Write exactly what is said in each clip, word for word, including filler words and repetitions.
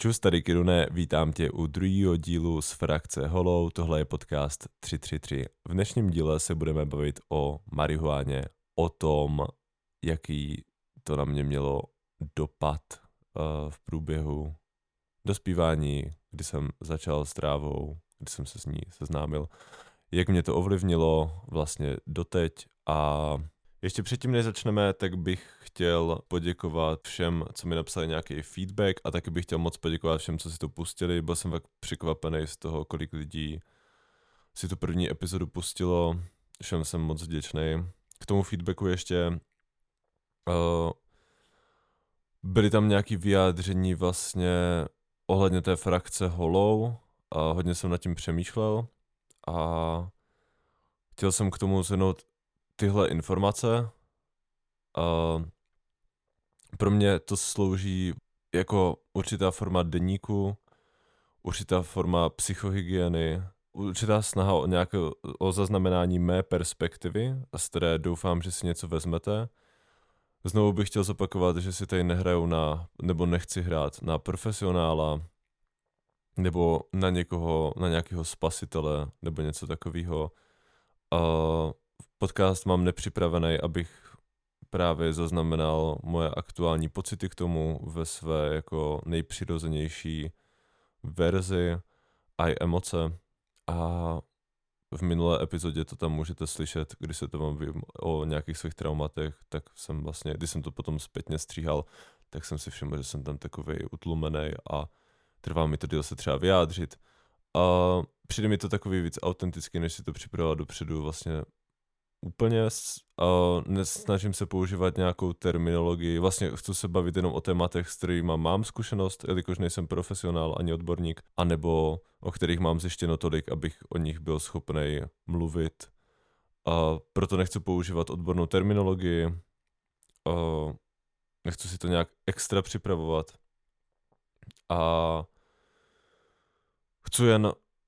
Čus, tady Kirune, vítám tě u druhého dílu z frakce Hollow, tohle je podcast tři tři tři. V dnešním díle se budeme bavit o marihuáně, o tom, jaký to na mě mělo dopad uh, v průběhu dospívání, kdy jsem začal s trávou, kdy jsem se s ní seznámil, jak mě to ovlivnilo vlastně doteď. A ještě předtím, než začneme, tak bych chtěl poděkovat všem, co mi napsali nějaký feedback, a taky bych chtěl moc poděkovat všem, co si to pustili. Byl jsem fakt překvapený z toho, kolik lidí si tu první epizodu pustilo. Všem jsem moc vděčný. K tomu feedbacku ještě uh, byly tam nějaké vyjádření vlastně ohledně té frakce Hollow a hodně jsem nad tím přemýšlel a chtěl jsem k tomu zhrnout tyhle informace. Uh, pro mě to slouží jako určitá forma deníku, určitá forma psychohygieny, určitá snaha o nějaké o zaznamenání mé perspektivy, z které doufám, že si něco vezmete. Znovu bych chtěl zopakovat, že si tady nehraju na, nebo nechci hrát na profesionála, nebo na někoho, na nějakého spasitele, nebo něco takového. Uh, podcast mám nepřipravený, abych právě zaznamenal moje aktuální pocity k tomu ve své jako nejpřirozenější verzi a i emoce. A v minulé epizodě to tam můžete slyšet, když se to vám vím o nějakých svých traumatech, tak jsem vlastně, když jsem to potom zpětně stříhal, tak jsem si všiml, že jsem tam takovej utlumený a trvá mi to díl se třeba vyjádřit. A přijde mi to takový víc autentický, než si to připravovat dopředu vlastně úplně. Uh, nesnažím se používat nějakou terminologii, vlastně chci se bavit jenom o tématech, s kterými mám zkušenost, jelikož nejsem profesionál ani odborník, anebo o kterých mám zjištěno tolik, abych o nich byl schopný mluvit. Uh, proto nechci používat odbornou terminologii, uh, nechci si to nějak extra připravovat a chci jen,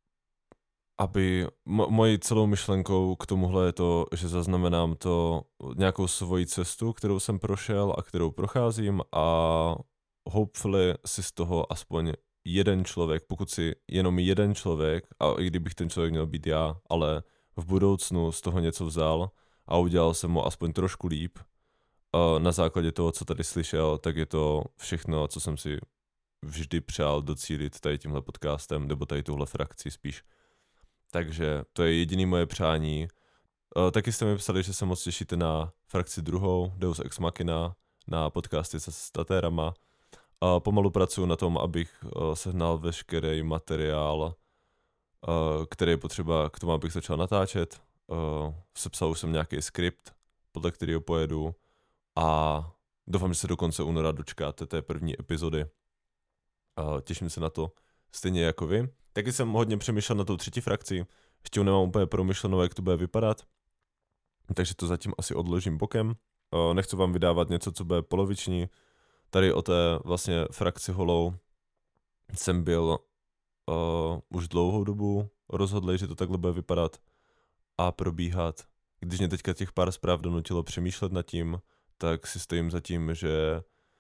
aby mo- mojí celou myšlenkou k tomuhle je to, že zaznamenám to nějakou svoji cestu, kterou jsem prošel a kterou procházím, a hopefully si z toho aspoň jeden člověk, pokud si jenom jeden člověk, a i kdybych ten člověk měl být já, ale v budoucnu z toho něco vzal a udělal jsem mu aspoň trošku líp, na základě toho, co tady slyšel, tak je to všechno, co jsem si vždy přál docílit tady tímhle podcastem, nebo tady tuhle frakci spíš. Takže to je jediný moje přání. Uh, taky jste mi psali, že se moc těšíte na frakci druhou, Deus Ex Machina, na podcasty se statérama. Uh, pomalu pracuji na tom, abych uh, sehnal veškerý materiál, uh, který je potřeba k tomu, abych začal natáčet. Uh, sepsal už jsem nějaký skript, podle kterého pojedu, a doufám, že se do konce února dočkáte té první epizody. Uh, těším se na to, stejně jako vy. Taky jsem hodně přemýšlel na tou třetí frakci, ještě nemám úplně promyšleno, jak to bude vypadat, takže to zatím asi odložím bokem. Uh, nechci vám vydávat něco, co bude poloviční. Tady o té vlastně frakci Hollow jsem byl uh, už dlouhou dobu rozhodlý, že to takhle bude vypadat a probíhat. Když mě teďka těch pár zpráv donutilo přemýšlet nad tím, tak si stojím za tím, že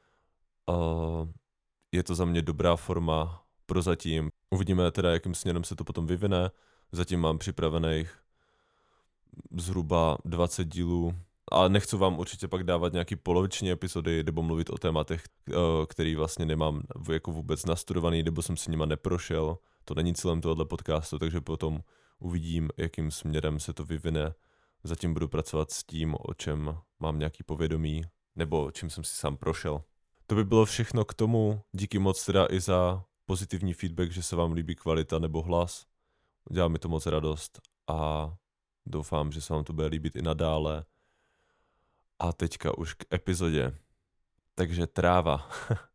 uh, je to za mě dobrá forma prozatím. Uvidíme teda, jakým směrem se to potom vyvine. Zatím mám připravených zhruba dvacet dílů, ale nechci vám určitě pak dávat nějaký poloviční epizody nebo mluvit o tématech, který vlastně nemám jako vůbec nastudovaný, nebo jsem si nima neprošel. To není cílem tohoto podcastu, takže potom uvidím, jakým směrem se to vyvine. Zatím budu pracovat s tím, o čem mám nějaký povědomí, nebo čím jsem si sám prošel. To by bylo všechno k tomu. Díky moc teda i za pozitivní feedback, že se vám líbí kvalita nebo hlas. Dělá mi to moc radost a doufám, že se vám to bude líbit i nadále. A teďka už k epizodě. Takže tráva.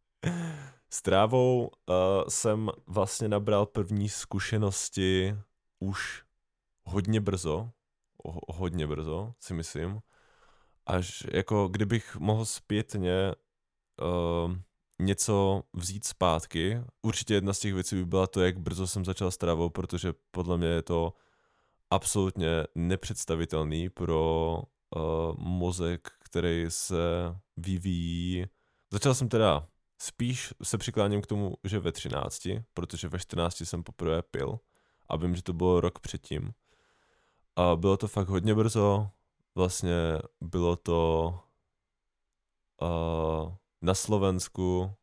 S trávou uh, jsem vlastně nabral první zkušenosti už hodně brzo. O, hodně brzo, si myslím. Až jako kdybych mohl zpětně uh, něco vzít zpátky. Určitě jedna z těch věcí by byla to, jak brzo jsem začal s trávou, protože podle mě je to absolutně nepředstavitelný pro uh, mozek, který se vyvíjí. Začal jsem teda spíš se přikláním k tomu, že ve třinácti, protože ve čtrnácti jsem poprvé pil a vím, že to bylo rok předtím. A bylo to fakt hodně brzo, vlastně bylo to uh, na Slovensku,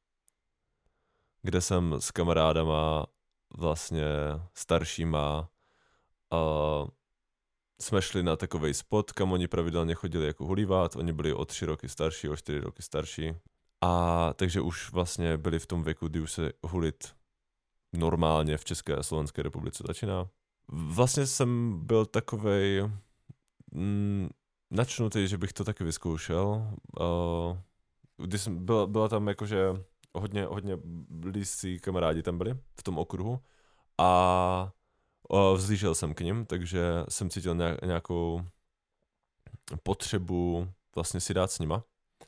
kde jsem s kamarádama vlastně staršíma uh, jsme šli na takovej spot, kam oni pravidelně chodili jako hulívat, oni byli o tři roky starší, o čtyři roky starší. A takže už vlastně byli v tom věku, kdy už se hulit normálně v České a Slovenské republice začíná. Vlastně jsem byl takovej mm, načnutý, že bych to taky vyzkoušel. Uh, když jsem, byla, byla tam jakože hodně, hodně blízcí kamarádi tam byli v tom okruhu a uh, vzlížel jsem k nim, takže jsem cítil nějakou potřebu vlastně si dát s nima.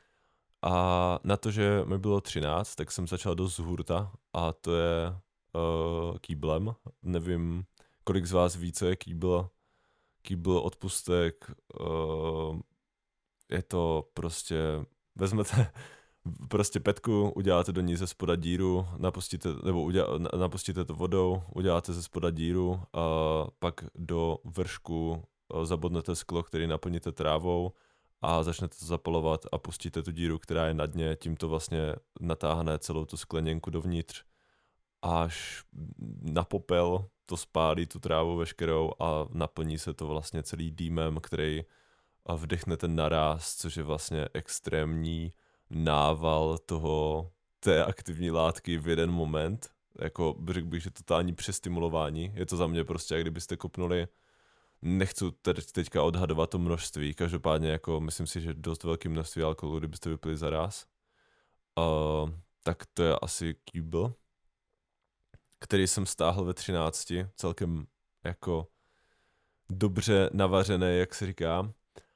A na to, že mi bylo třináct, tak jsem začal dost z hurta a to je uh, kýblem. Nevím, kolik z vás ví, co je kýbl. Kýbl, odpustek, uh, je to prostě, vezmete prostě petku, uděláte do ní ze spoda díru, napustíte, nebo udělá, napustíte to vodou, uděláte ze spoda díru a pak do vršku zabodnete sklo, který naplníte trávou a začnete to zapalovat a pustíte tu díru, která je na dně, tím to vlastně natáhne celou tu skleněnku dovnitř, až na popel to spálí tu trávu veškerou a naplní se to vlastně celý dýmem, který vdechne ten naráz, což je vlastně extrémní nával toho, té aktivní látky v jeden moment. Jako řekl bych, že totální přestimulování. Je to za mě prostě, jak kdybyste kopnuli. Nechci teď, teďka odhadovat to množství, každopádně jako myslím si, že dost velké množství alkoholu, kdybyste vypili za ráz. Uh, tak to je asi kýbl, který jsem stáhl ve třinácti, celkem jako dobře navařený, jak se říká.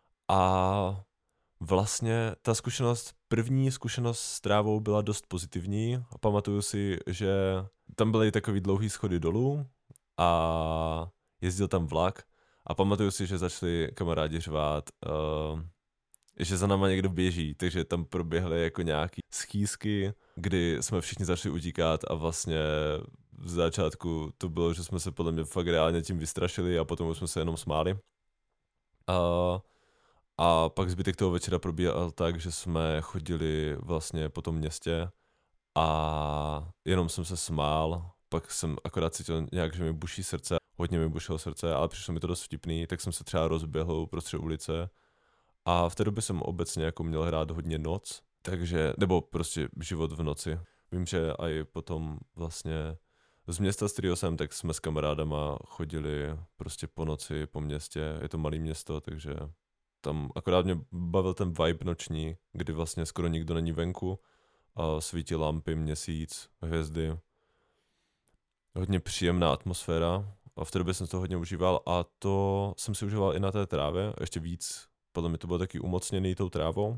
A vlastně ta zkušenost, první zkušenost s trávou byla dost pozitivní. A pamatuju si, že tam byly takový dlouhý schody dolů a jezdil tam vlak a pamatuju si, že začali kamarádi řvát, uh, že za náma někdo běží, takže tam proběhly jako nějaký schýzky, kdy jsme všichni začali utíkat a vlastně v začátku to bylo, že jsme se podle mě fakt reálně tím vystrašili a potom jsme se jenom smáli. Uh, A pak zbytek toho večera probíhal tak, že jsme chodili vlastně po tom městě a jenom jsem se smál, pak jsem akorát cítil nějak, že mi buší srdce, hodně mi bušilo srdce, ale přišlo mi to dost vtipný, tak jsem se třeba rozběhl uprostřed ulice a v té době jsem obecně jako měl hrát hodně noc, takže, nebo prostě život v noci. Vím, že i potom vlastně z města, z kterého jsem, tak jsme s kamarádama chodili prostě po noci po městě, je to malé město, takže tam akorát mě bavil ten vibe noční, kdy vlastně skoro nikdo není venku a svítí lampy, měsíc, hvězdy. Hodně příjemná atmosféra a v té době jsem to hodně užíval a to jsem si užíval i na té trávě, ještě víc, podle mě to bylo taky umocněný tou trávou.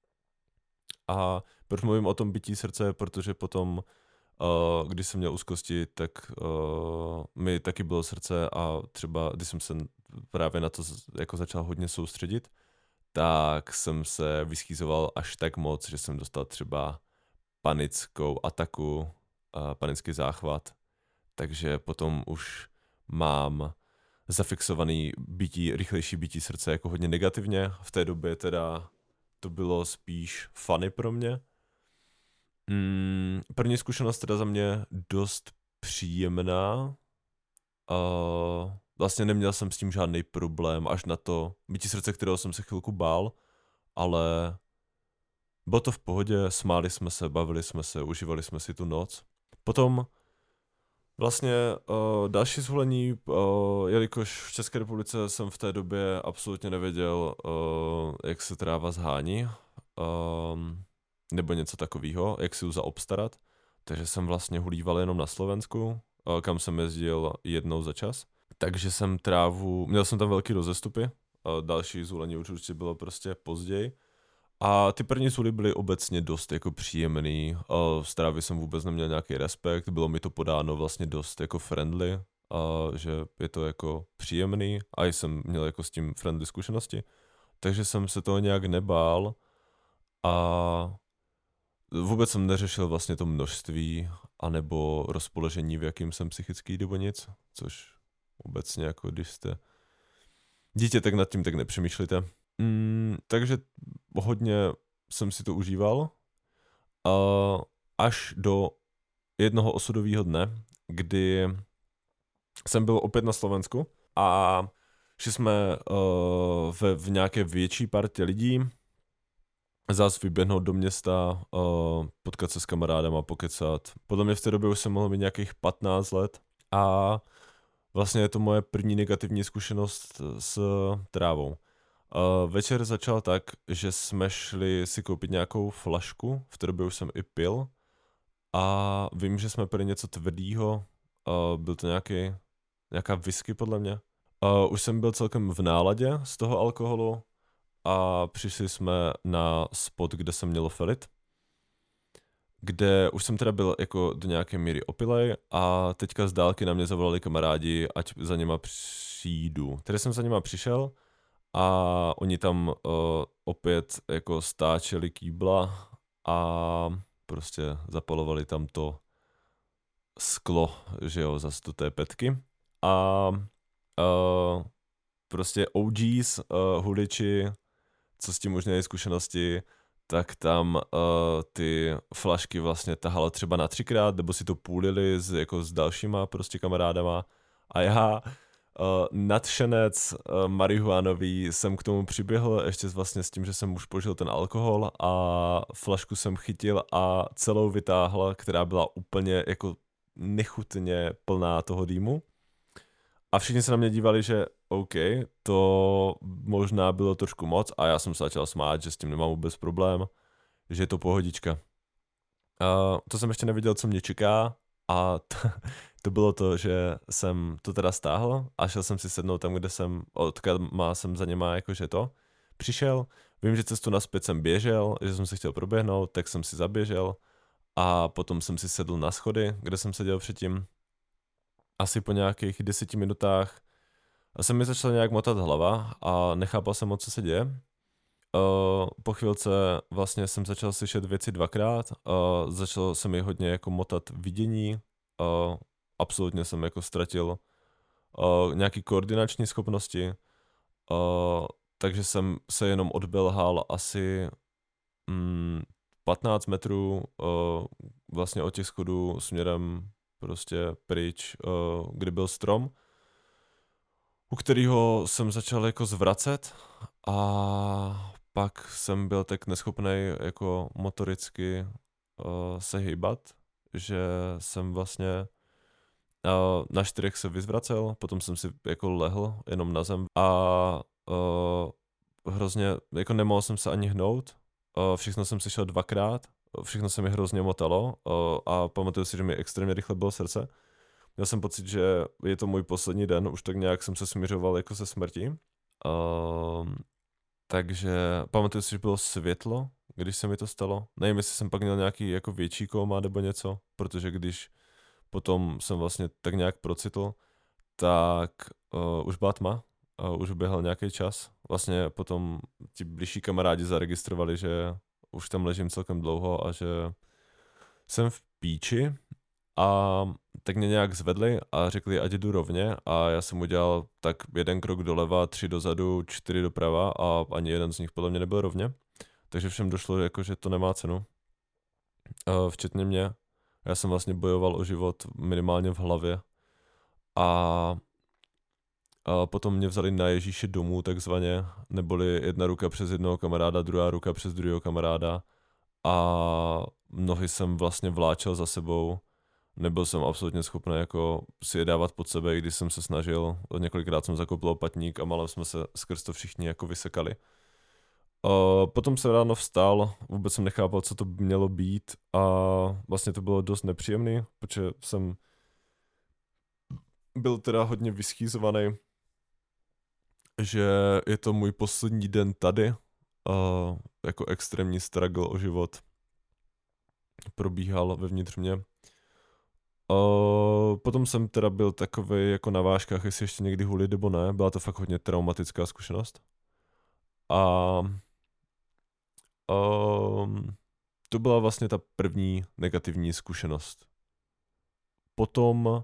A proč mluvím o tom bytí srdce, protože potom, uh, když jsem měl úzkosti, tak uh, mi taky bylo srdce a třeba když jsem se právě na to jako začal hodně soustředit, tak jsem se vyschýzoval až tak moc, že jsem dostal třeba panickou ataku, uh, panický záchvat, takže potom už mám zafixovaný bytí, rychlejší bytí srdce jako hodně negativně. V té době teda to bylo spíš funny pro mě. Mm, první zkušenost teda za mě dost příjemná. Uh, vlastně neměl jsem s tím žádný problém, až na to bytí srdce, kterého jsem se chvilku bál, ale bylo to v pohodě, smáli jsme se, bavili jsme se, užívali jsme si tu noc. Potom vlastně uh, další zvolení, uh, jelikož v České republice jsem v té době absolutně nevěděl, uh, jak se tráva zhání, um, nebo něco takového, jak si ji zaobstarat, takže jsem vlastně hulíval jenom na Slovensku, uh, kam jsem jezdil jednou za čas. Takže jsem trávu, měl jsem tam velký rozestupy, uh, další zvolení už určitě bylo prostě později. A ty první zuly byly obecně dost jako příjemný, z trávy jsem vůbec neměl nějaký respekt, bylo mi to podáno vlastně dost jako friendly, a že je to jako příjemný a jsem měl jako s tím friendly zkušenosti, takže jsem se toho nějak nebál a vůbec jsem neřešil vlastně to množství anebo rozpoložení, v jakým jsem psychický nebo nic, což obecně jako když jste dítě, tak nad tím tak nepřemýšlíte. Mm, takže hodně jsem si to užíval, a až do jednoho osudového dne, kdy jsem byl opět na Slovensku a šli jsme uh, v, v nějaké větší partě lidí zás vyběhnout do města, uh, potkat se s kamarádama, pokecat. Podle mě v té době už jsem mohl mít nějakých patnáct let a vlastně je to moje první negativní zkušenost s trávou. Uh, večer začal tak, že jsme šli si koupit nějakou flašku, v té době už jsem i pil a vím, že jsme pili něco tvrdýho, uh, byl to nějaký, nějaká whisky podle mě. Uh, už jsem byl celkem v náladě z toho alkoholu a přišli jsme na spot, kde se mělo felit, kde už jsem teda byl jako do nějaké míry opilej a teďka z dálky na mě zavolali kamarádi, ať za nima přijdu. Tedy jsem za nima přišel a oni tam uh, opět jako stáčeli kýbla a prostě zapalovali tam to sklo, že jo, zase do té petky. A uh, prostě O Gs, uh, huliči, co s tím už měli zkušenosti, tak tam uh, ty flašky vlastně tahalo třeba na třikrát, nebo si to půlili s, jako s dalšíma prostě kamarádama. A já, uh, nadšenec uh, marihuanový, jsem k tomu přiběhl ještě vlastně s tím, že jsem už požil ten alkohol a flašku jsem chytil a celou vytáhl, která byla úplně jako nechutně plná toho dýmu. A všichni se na mě dívali, že OK, to možná bylo trošku moc a já jsem se začal smát, že s tím nemám vůbec problém, že je to pohodička. Uh, to jsem ještě nevěděl, co mě čeká a to, to bylo to, že jsem to teda stáhl a šel jsem si sednout tam, kde jsem, odkud má jsem za něma jakože to, přišel, vím, že cestu naspět jsem běžel, že jsem se chtěl proběhnout, tak jsem si zaběžel a potom jsem si sedl na schody, kde jsem seděl předtím. Asi po nějakých deseti minutách se mi začala nějak motat hlava a nechápal jsem moc, co se děje. Uh, po chvilce vlastně jsem začal slyšet věci dvakrát, uh, začalo se mi hodně jako motat vidění, uh, absolutně jsem jako ztratil uh, nějaký koordinační schopnosti, uh, takže jsem se jenom odběhal asi mm, patnáct metrů uh, vlastně od těch schodů směrem prostě pryč, uh, kdy byl strom, u kterého jsem začal jako zvracet a pak jsem byl tak neschopný jako motoricky uh, se hýbat, že jsem vlastně uh, na čtyřech se vyzvracel, potom jsem si jako lehl jenom na zem a uh, hrozně, jako nemohl jsem se ani hnout, uh, všechno jsem si šel dvakrát, všechno se mi hrozně motalo uh, a pamatuju si, že mi extrémně rychle bylo srdce. Měl jsem pocit, že je to můj poslední den, už tak nějak jsem se směřoval jako se smrtí. Uh, takže pamatuju si, že bylo světlo, když se mi to stalo. Nevím, jestli jsem pak měl nějaký jako větší kóma nebo něco, protože když potom jsem vlastně tak nějak procitl, tak uh, už byla tma, uh, už běhal nějaký čas. Vlastně potom ti blížší kamarádi zaregistrovali, že už tam ležím celkem dlouho a že jsem v píči. A tak mě nějak zvedli a řekli, ať jdu rovně a já jsem udělal tak jeden krok doleva, tři dozadu, čtyři doprava a ani jeden z nich podle mě nebyl rovně. Takže všem došlo, jako, že to nemá cenu. Uh, včetně mě. Já jsem vlastně bojoval o život minimálně v hlavě. A, a potom mě vzali na Ježíše domů takzvaně, neboli jedna ruka přes jednoho kamaráda, druhá ruka přes druhého kamaráda a nohy jsem vlastně vláčel za sebou. Nebyl jsem absolutně schopný jako si je dávat pod sebe, i když jsem se snažil. Několikrát jsem zakoupil opatník a malem jsme se skrz to všichni jako vysekali. Uh, potom jsem ráno vstal, vůbec jsem nechápal, co to mělo být a vlastně to bylo dost nepříjemný, protože jsem byl teda hodně vyschýzovaný, že je to můj poslední den tady, uh, jako extrémní struggle o život probíhal vevnitř mě. Uh, potom jsem teda byl takovej jako na vážkách, jestli ještě někdy hulit nebo ne, byla to fakt hodně traumatická zkušenost. A um, to byla vlastně ta první negativní zkušenost. Potom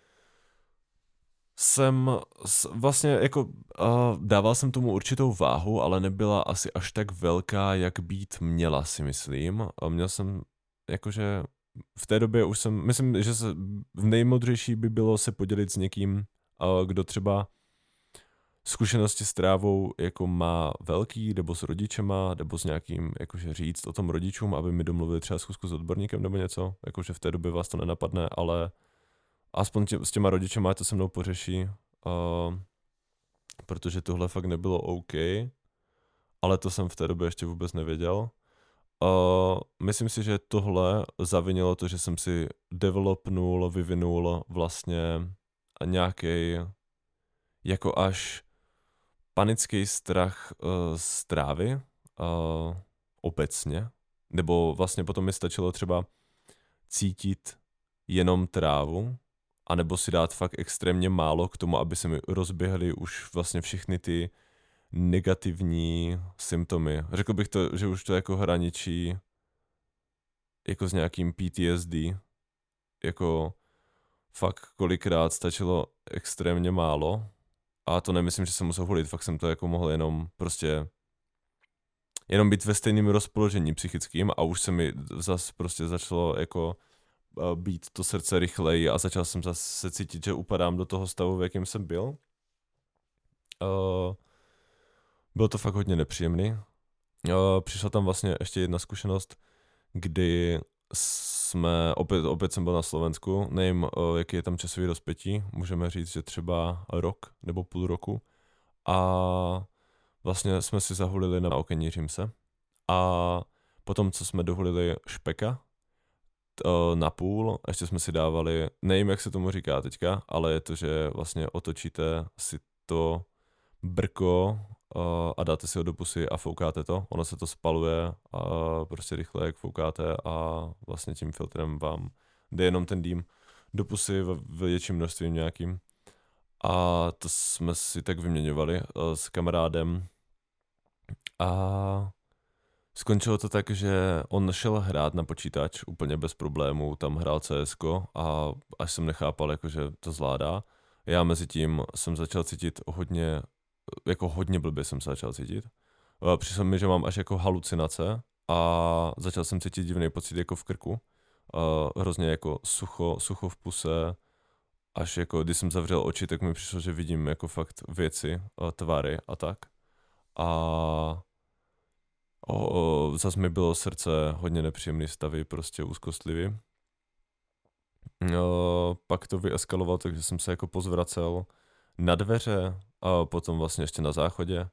jsem vlastně jako uh, dával jsem tomu určitou váhu, ale nebyla asi až tak velká, jak být měla, si myslím. A měl jsem jakože v té době už jsem, myslím, že se v nejmodřejší by bylo se podělit s někým, uh, kdo třeba zkušenosti s trávou jako má velký, nebo s rodičema, nebo s nějakým, jakože říct o tom rodičům, aby mi domluvili třeba zkusku s odborníkem nebo něco, jakože v té době vás to nenapadne, ale aspoň tě, s těma rodičema to se mnou pořeší, uh, protože tohle fakt nebylo OK, ale to jsem v té době ještě vůbec nevěděl. Uh, myslím si, že tohle zavinilo to, že jsem si developnul, vyvinul vlastně nějaký jako až panický strach uh, z trávy uh, obecně, nebo vlastně potom mi stačilo třeba cítit jenom trávu, anebo si dát fakt extrémně málo k tomu, aby se mi rozběhly už vlastně všechny ty negativní symptomy. Řekl bych to, že už to jako hraničí jako s nějakým P T S D. Jako fakt kolikrát stačilo extrémně málo. A to nemyslím, že jsem musel hulit, fakt jsem to jako mohl jenom prostě jenom být ve stejném rozpoložení psychickým a už se mi zase prostě začalo jako být to srdce rychleji a začal jsem zase cítit, že upadám do toho stavu, v jakém jsem byl. Uh, bylo to fakt hodně nepříjemný. Uh, přišla tam vlastně ještě jedna zkušenost, kdy jsme, opět, opět jsem byl na Slovensku, nevím, uh, jaký je tam časový rozpětí, můžeme říct, že třeba rok nebo půl roku. A vlastně jsme si zahulili na Okenířím se. A potom, co jsme dohulili špeka, na půl, ještě jsme si dávali, nevím, jak se tomu říká teďka, ale je to, že vlastně otočíte si to brko uh, a dáte si ho do pusy a foukáte to. Ono se to spaluje a prostě rychle, jak foukáte a vlastně tím filtrem vám jde jenom ten dým do pusy v větším množství nějakým. A to jsme si tak vyměňovali uh, s kamarádem a skončilo to tak, že on šel hrát na počítač úplně bez problémů, tam hrál C S ko a až jsem nechápal, jako, že to zvládá. Já mezi tím jsem začal cítit hodně, jako hodně blbě jsem se začal cítit. Přišlo mi, že mám až jako halucinace a začal jsem cítit divný pocit jako v krku. Hrozně jako sucho, sucho v puse, až jako když jsem zavřel oči, tak mi přišlo, že vidím jako fakt věci, tvary a tak. A O, o, zas mi bylo srdce hodně nepříjemný stavy, prostě úzkostlivý. O, pak to vyeskalovalo, takže jsem se jako pozvracel na dveře a potom vlastně ještě na záchodě.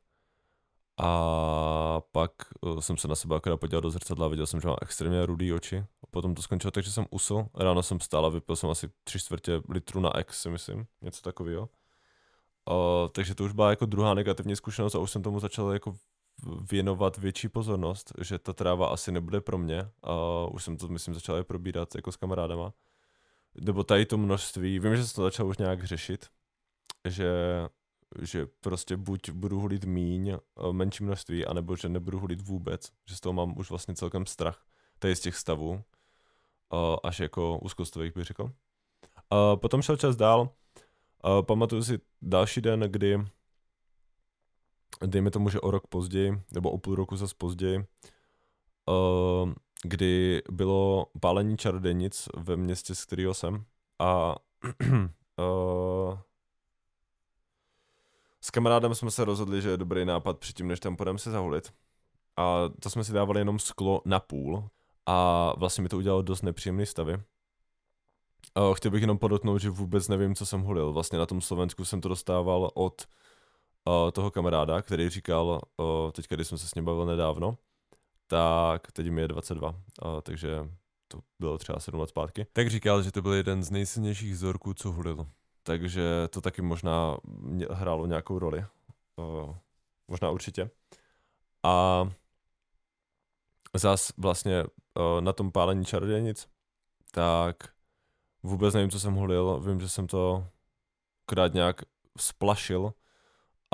A pak o, jsem se na sebe akorát podíval do zrcadla a viděl jsem, že mám extrémně rudý oči. A potom to skončilo tak, že jsem usl. Ráno jsem vstál a vypil jsem asi tři čtvrtě litru na ex, si myslím, něco takového. O, takže to už byla jako druhá negativní zkušenost a už jsem tomu začal jako věnovat větší pozornost, že ta tráva asi nebude pro mě a už jsem to, myslím, začal i probírat jako s kamarádama. Nebo tady to množství, vím, že jsem to začal už nějak řešit, že, že prostě buď budu hulit míň, menší množství, anebo že nebudu hulit vůbec, že z toho mám už vlastně celkem strach, tady z těch stavů, až jako úzkostových bych řekl. A potom šel čas dál, a pamatuju si další den, kdy dejme tomu, že o rok později, nebo o půl roku zase později, uh, kdy bylo pálení čarodějnic ve městě, z kterého jsem. A uh, s kamarádem jsme se rozhodli, že je dobrý nápad předtím, než tam půjdeme se zahulit. A to jsme si dávali jenom sklo na půl. A vlastně mi to udělalo dost nepříjemný stavy. Uh, chtěl bych jenom podotknout, že vůbec nevím, co jsem hulil. Vlastně na tom Slovensku jsem to dostával od Uh, toho kamaráda, který říkal, uh, teďka, když jsem se s ním bavil nedávno, tak teď mi je dvacet dva, uh, takže to bylo třeba sedm let zpátky, tak říkal, že to byl jeden z nejsilnějších vzorků, co hulil. Takže to taky možná hrálo nějakou roli. Uh, možná určitě. A zas vlastně uh, na tom pálení čarodějnic, tak vůbec nevím, co jsem hulil, vím, že jsem to krát nějak splašil,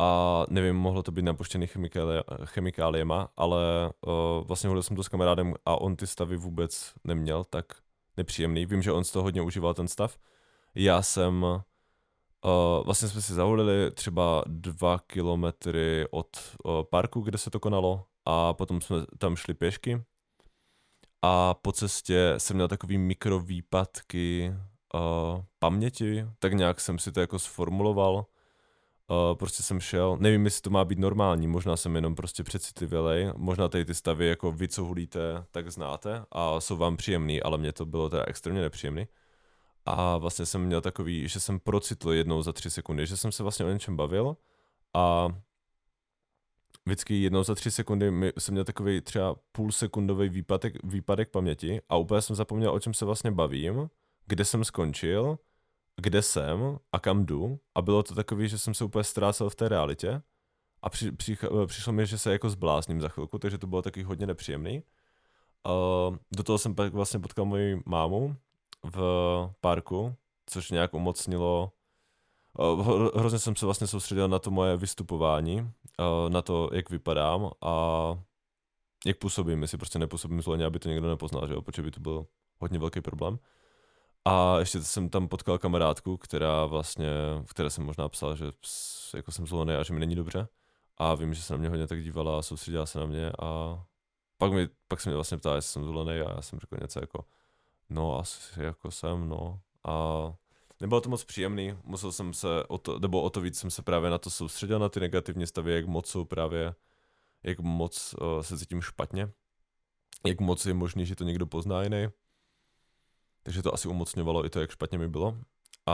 a nevím, mohlo to být napuštěný chemikálie, chemikáliema, ale uh, vlastně hulil jsem to s kamarádem a on ty stavy vůbec neměl, tak nepříjemný. Vím, že on z toho hodně užíval ten stav. Já jsem, uh, vlastně jsme si zahulili třeba dva kilometry od uh, parku, kde se to konalo a potom jsme tam šli pěšky a po cestě jsem měl takový mikrovýpadky uh, paměti, tak nějak jsem si to jako sformuloval. Uh, prostě jsem šel, nevím, jestli to má být normální, možná jsem jenom prostě přecitlivělej, možná tady ty stavy jako vy, co hulíte, tak znáte a jsou vám příjemný, ale mně to bylo teda extrémně nepříjemný. A vlastně jsem měl takový, že jsem procitl jednou za tři sekundy, že jsem se vlastně o něčem bavil a vždycky jednou za tři sekundy mi, jsem měl takový třeba půlsekundový výpadek, výpadek paměti a úplně jsem zapomněl, o čem se vlastně bavím, kde jsem skončil, kde jsem a kam jdu a bylo to takový, že jsem se úplně ztrácel v té realitě a při, při, přišlo mi, že se jako zblázním za chvilku, takže to bylo taky hodně nepříjemný. Uh, do toho jsem pak vlastně potkal moji mámu v parku, což nějak umocnilo. Uh, hro, hrozně jsem se vlastně soustředil na to moje vystupování, uh, na to, jak vypadám a jak působím, jestli prostě nepůsobím zloně, aby to někdo nepoznal, že jo, protože by to byl hodně velký problém. A ještě jsem tam potkal kamarádku, která vlastně, v které jsem možná psal, že ps, jako jsem zloný a že mi není dobře. A vím, že se na mě hodně tak dívala a soustředila se na mě a pak, mi, pak se mě vlastně ptala, jestli jsem zvolený a já jsem řekl něco jako, no asi jako jsem, no. A nebylo to moc příjemný, musel jsem se, o to, nebo o to víc jsem se právě na to soustředil, na ty negativní stavy, jak moc jsou právě, jak moc uh, se cítím špatně, jak moc je možný, že to někdo pozná jiný. Takže to asi umocňovalo i to, jak špatně mi bylo. A,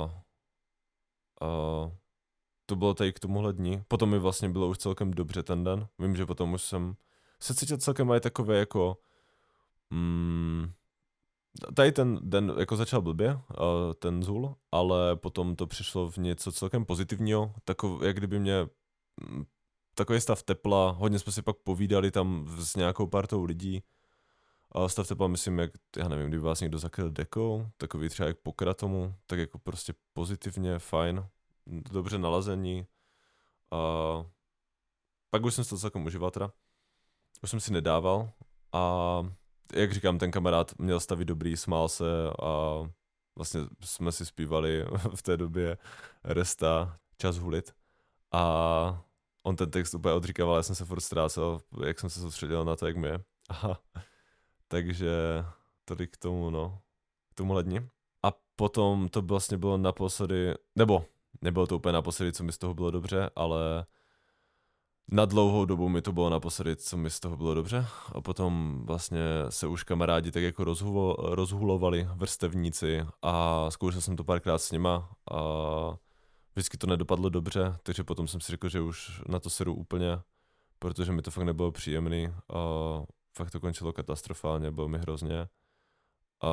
a to bylo tady k tomuhle dni. Potom mi vlastně bylo už celkem dobře ten den. Vím, že potom už jsem se cítil celkem aj takové jako... Mm, tady ten den jako začal blbě, ten zul, ale potom to přišlo v něco celkem pozitivního. Takov, jak kdyby mě... Takový stav tepla, hodně jsme si pak povídali tam s nějakou partou lidí. A stav tepla, myslím, jak, já nevím, kdyby vás někdo zakryl dekou, takový třeba jak pokra tomu, tak jako prostě pozitivně, fajn, dobře nalazení. A pak už jsem se to celkem užíval teda. Už jsem si nedával a jak říkám, ten kamarád měl stavy dobrý, smál se a vlastně jsme si zpívali v té době Resta, Čas hulit. A on ten text úplně odříkával, já jsem se furt ztrácel, jak jsem se soustředil na to, jak mi je. Aha. Takže tolik k tomu, no, k tomuhle dni. A potom to vlastně bylo naposledy, nebo nebylo to úplně naposledy, co mi z toho bylo dobře, ale na dlouhou dobu mi to bylo naposledy, co mi z toho bylo dobře. A potom vlastně se už kamarádi tak jako rozhulo, rozhulovali, vrstevníci a zkoušel jsem to párkrát s nima a vždycky to nedopadlo dobře, takže potom jsem si řekl, že už na to sedu úplně, protože mi to fakt nebylo příjemný a fakt to končilo katastrofálně, bylo mi hrozně. A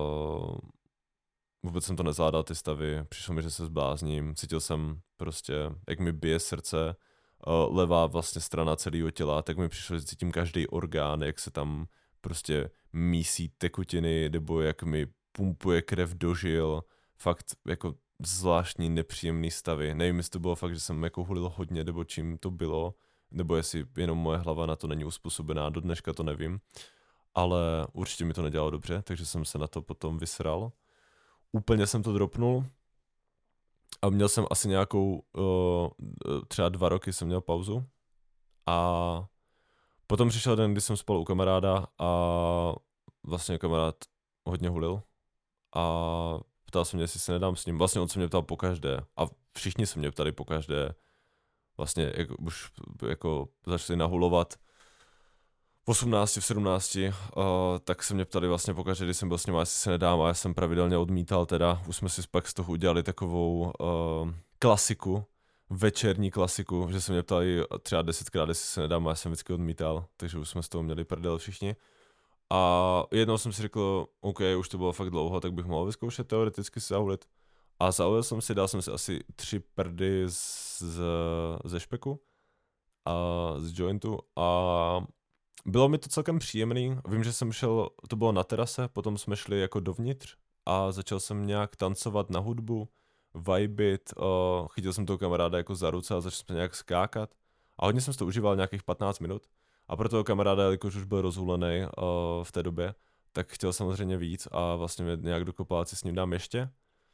vůbec jsem to nezvládal, ty stavy, přišlo mi, že se zblázním, cítil jsem prostě, jak mi bije srdce, levá vlastně strana celého těla, tak mi přišlo, že cítím každý orgán, jak se tam prostě mísí tekutiny, nebo jak mi pumpuje krev do žil, fakt jako zvláštní nepříjemný stavy. Nevím, jestli to bylo fakt, že jsem jako hulil hodně, nebo čím to bylo, nebo jestli jenom moje hlava na to není uspůsobená, do dneška to nevím, ale určitě mi to nedělalo dobře, takže jsem se na to potom vysral. Úplně jsem to dropnul a měl jsem asi nějakou, uh, třeba dva roky jsem měl pauzu a potom přišel den, kdy jsem spal u kamaráda a vlastně kamarád hodně hulil a ptal se mě, jestli se nedám s ním. Vlastně on se mě ptal pokaždé a všichni se mě ptali pokaždé. Vlastně jak už jako začali nahulovat v osmnácti, v sedmnácti, uh, tak se mě ptali vlastně pokaždé, když jsem byl s ním, jestli se nedám a já jsem pravidelně odmítal teda. Už jsme si pak z toho udělali takovou uh, klasiku, večerní klasiku, že se mě ptali třeba desetkrát, jestli se nedám a já jsem vždycky odmítal, takže už jsme z toho měli prdel všichni. A jednou jsem si řekl, OK, už to bylo fakt dlouho, tak bych mohl vyzkoušet teoreticky se zahulit. A zaujel jsem si, dal jsem si asi tři prdy z, z, ze špeku a z jointu a bylo mi to celkem příjemný. Vím, že jsem šel, to bylo na terase, potom jsme šli jako dovnitř a začal jsem nějak tancovat na hudbu vibit, uh, chytil jsem toho kamaráda jako za ruce a začal jsme nějak skákat. A hodně jsem si to užíval nějakých patnáct minut. A pro toho kamaráda, jelikož už byl rozhulený uh, v té době, tak chtěl samozřejmě víc a vlastně mě nějak dokopal, si s ním dám ještě.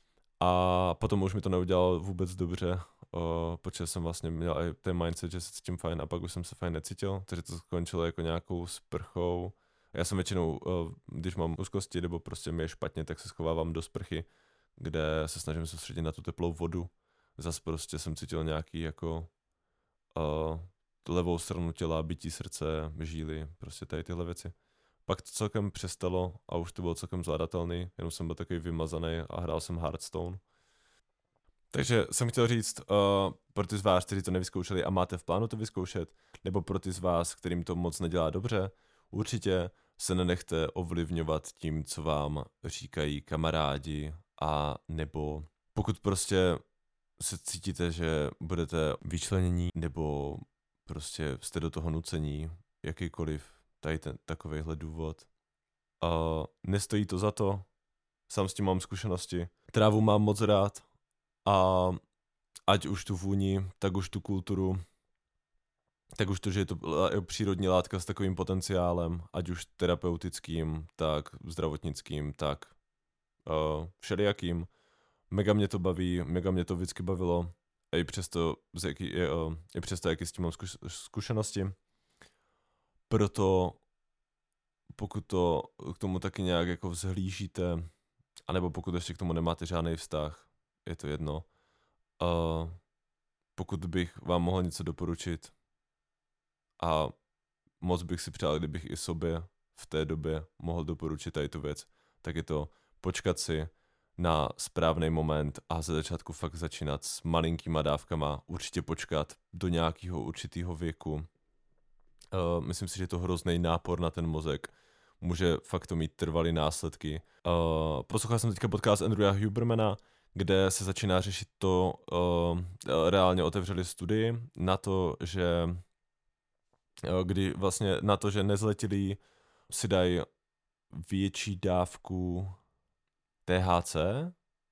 A potom už mi to neudělalo vůbec dobře, uh, protože jsem vlastně měl i ten mindset, že se cítím fajn a pak už jsem se fajn necítil, takže to skončilo jako nějakou sprchou. Já jsem většinou, uh, když mám úzkosti nebo prostě mi je špatně, tak se schovávám do sprchy, kde se snažím soustředit na tu teplou vodu. Zas prostě jsem cítil nějaký jako uh, levou stranu těla, bytí srdce, žíly, prostě tady tyhle věci. Pak to celkem přestalo a už to bylo celkem zvládatelný, jenom jsem byl takový vymazaný a hrál jsem Hearthstone. Takže jsem chtěl říct, uh, pro ty z vás, kteří to nevyzkoušeli a máte v plánu to vyzkoušet, nebo pro ty z vás, kterým to moc nedělá dobře, určitě se nenechte ovlivňovat tím, co vám říkají kamarádi, a nebo pokud prostě se cítíte, že budete vyčlenění, nebo prostě jste do toho nucení, jakýkoliv tady ten takovejhle důvod. Uh, nestojí to za to, sám s tím mám zkušenosti. Trávu mám moc rád a ať už tu vůni, tak už tu kulturu, tak už to, že je to přírodní látka s takovým potenciálem, ať už terapeutickým, tak zdravotnickým, tak uh, všelijakým. Mega mě to baví, mega mě to vždycky bavilo, a i přesto, jaký, uh, i přesto jaký s tím mám zkuš, zkušenosti. Proto pokud to k tomu taky nějak jako vzhlížíte, anebo pokud ještě k tomu nemáte žádný vztah, je to jedno. Uh, pokud bych vám mohl něco doporučit a moc bych si přál, kdybych i sobě v té době mohl doporučit tady tu věc, tak je to počkat si na správný moment a ze začátku fakt začínat s malinkýma dávkama, určitě počkat do nějakého určitého věku. Uh, myslím si, že je to hrozný nápor na ten mozek. Může fakt to mít trvalý následky. Uh, poslouchal jsem teďka podcast Andrewa Hubermana, kde se začíná řešit to, uh, reálně otevřeli studii na to, že uh, kdy vlastně na to, že nezletilí si dají větší dávku T H C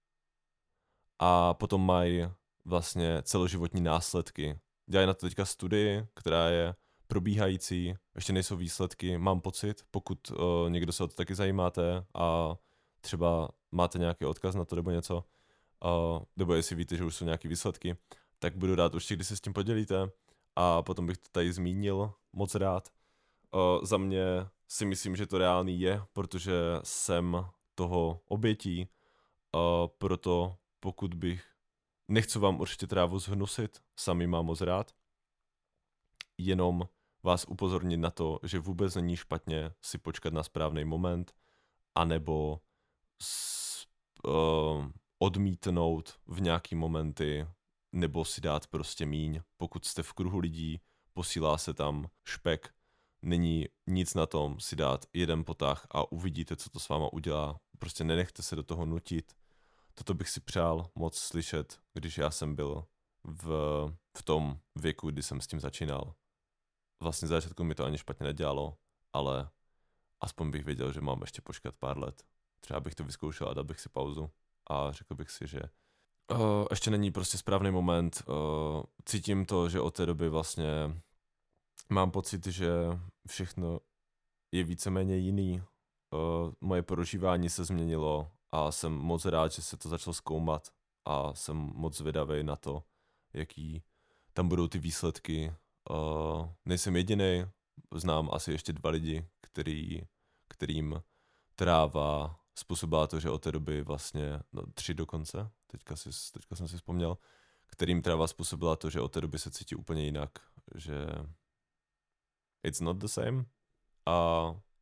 a potom mají vlastně celoživotní následky. Dělají na to teďka studii, která je probíhající, ještě nejsou výsledky, mám pocit, pokud uh, někdo se o to taky zajímáte a třeba máte nějaký odkaz na to nebo něco, uh, nebo jestli víte, že už jsou nějaké výsledky, tak budu rád určitě, když se s tím podělíte a potom bych to tady zmínil moc rád. Uh, za mě si myslím, že to reálný je, protože jsem toho obětí, uh, proto pokud bych, nechci vám určitě trávu zhnusit, sami mám moc rád, jenom vás upozornit na to, že vůbec není špatně si počkat na správný moment, anebo s, uh, odmítnout v nějaký momenty, nebo si dát prostě míň. Pokud jste v kruhu lidí, posílá se tam špek, není nic na tom si dát jeden potah a uvidíte, co to s váma udělá. Prostě nenechte se do toho nutit. Toto bych si přál moc slyšet, když já jsem byl v, v tom věku, kdy jsem s tím začínal. Vlastně za začátku mi to ani špatně nedělalo, ale aspoň bych věděl, že mám ještě počkat pár let. Třeba bych to vyzkoušel a dal bych si pauzu a řekl bych si, že uh, ještě není prostě správný moment. Uh, cítím to, že od té doby vlastně mám pocit, že všechno je víceméně jiný. Uh, moje prožívání se změnilo a jsem moc rád, že se to začalo zkoumat a jsem moc zvědavý na to, jaký tam budou ty výsledky. Uh, nejsem jediný, znám asi ještě dva lidi, který, kterým tráva způsobila to, že od té doby vlastně, no tři dokonce, teďka, si, teďka jsem si vzpomněl, kterým tráva způsobila to, že od té doby se cítí úplně jinak, že it's not the same. A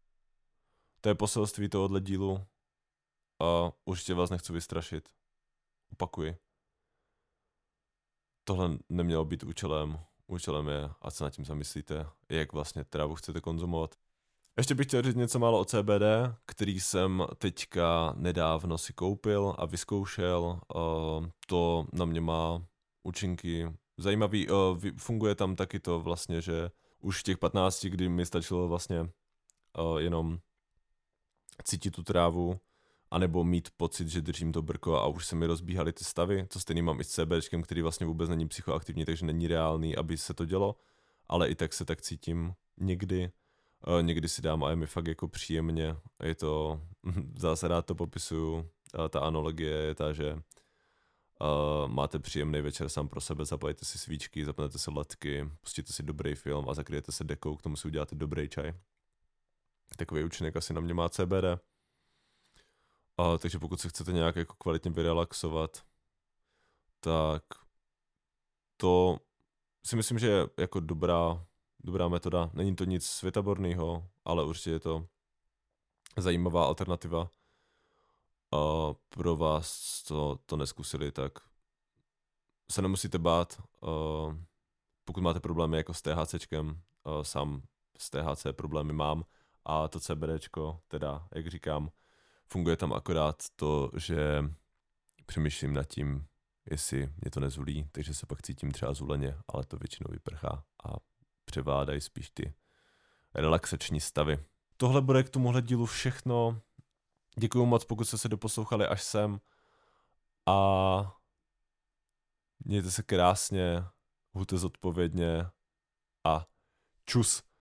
to je poselství tohohle dílu a určitě vás nechci vystrašit. Opakuji. Tohle nemělo být účelem. Účelem je, ať se nad tím zamyslíte, jak vlastně trávu chcete konzumovat. Ještě bych chtěl říct něco málo o C B D, který jsem teďka nedávno si koupil a vyzkoušel. Uh, to na mě má účinky zajímavý. Uh, funguje tam taky to vlastně, že už v těch patnácti, kdy mi stačilo vlastně uh, jenom cítit tu trávu anebo mít pocit, že držím to brko a už se mi rozbíhaly ty stavy, co stejný mám i s CBčkem, který vlastně vůbec není psychoaktivní, takže není reálný, aby se to dělo, ale i tak se tak cítím někdy. Uh, někdy si dám a je mi fakt jako příjemně, je to, zase rád to popisuju, uh, ta analogie je ta, že uh, máte příjemný večer sám pro sebe, zapalíte si svíčky, zapnete si ledky, pustíte si dobrý film a zakryjete se dekou, k tomu si uděláte dobrý čaj. Takový účinek asi na mě má C B D. Uh, takže pokud se chcete nějak jako kvalitně vyrelaxovat, tak to si myslím, že je jako dobrá, dobrá metoda. Není to nic světaborného, ale určitě je to zajímavá alternativa. Uh, pro vás, co to neskusili, tak se nemusíte bát. Uh, pokud máte problémy jako s THCčkem, uh, sám s T H C problémy mám a to CBDčko, teda, jak říkám, funguje tam akorát to, že přemýšlím nad tím, jestli mě to nezulí, takže se pak cítím třeba zuleně, ale to většinou vyprchá a převládají spíš ty relaxační stavy. Tohle bude k tomuhle dílu všechno. Děkuju moc, pokud jste se doposlouchali až sem a mějte se krásně, buďte zodpovědně a čus.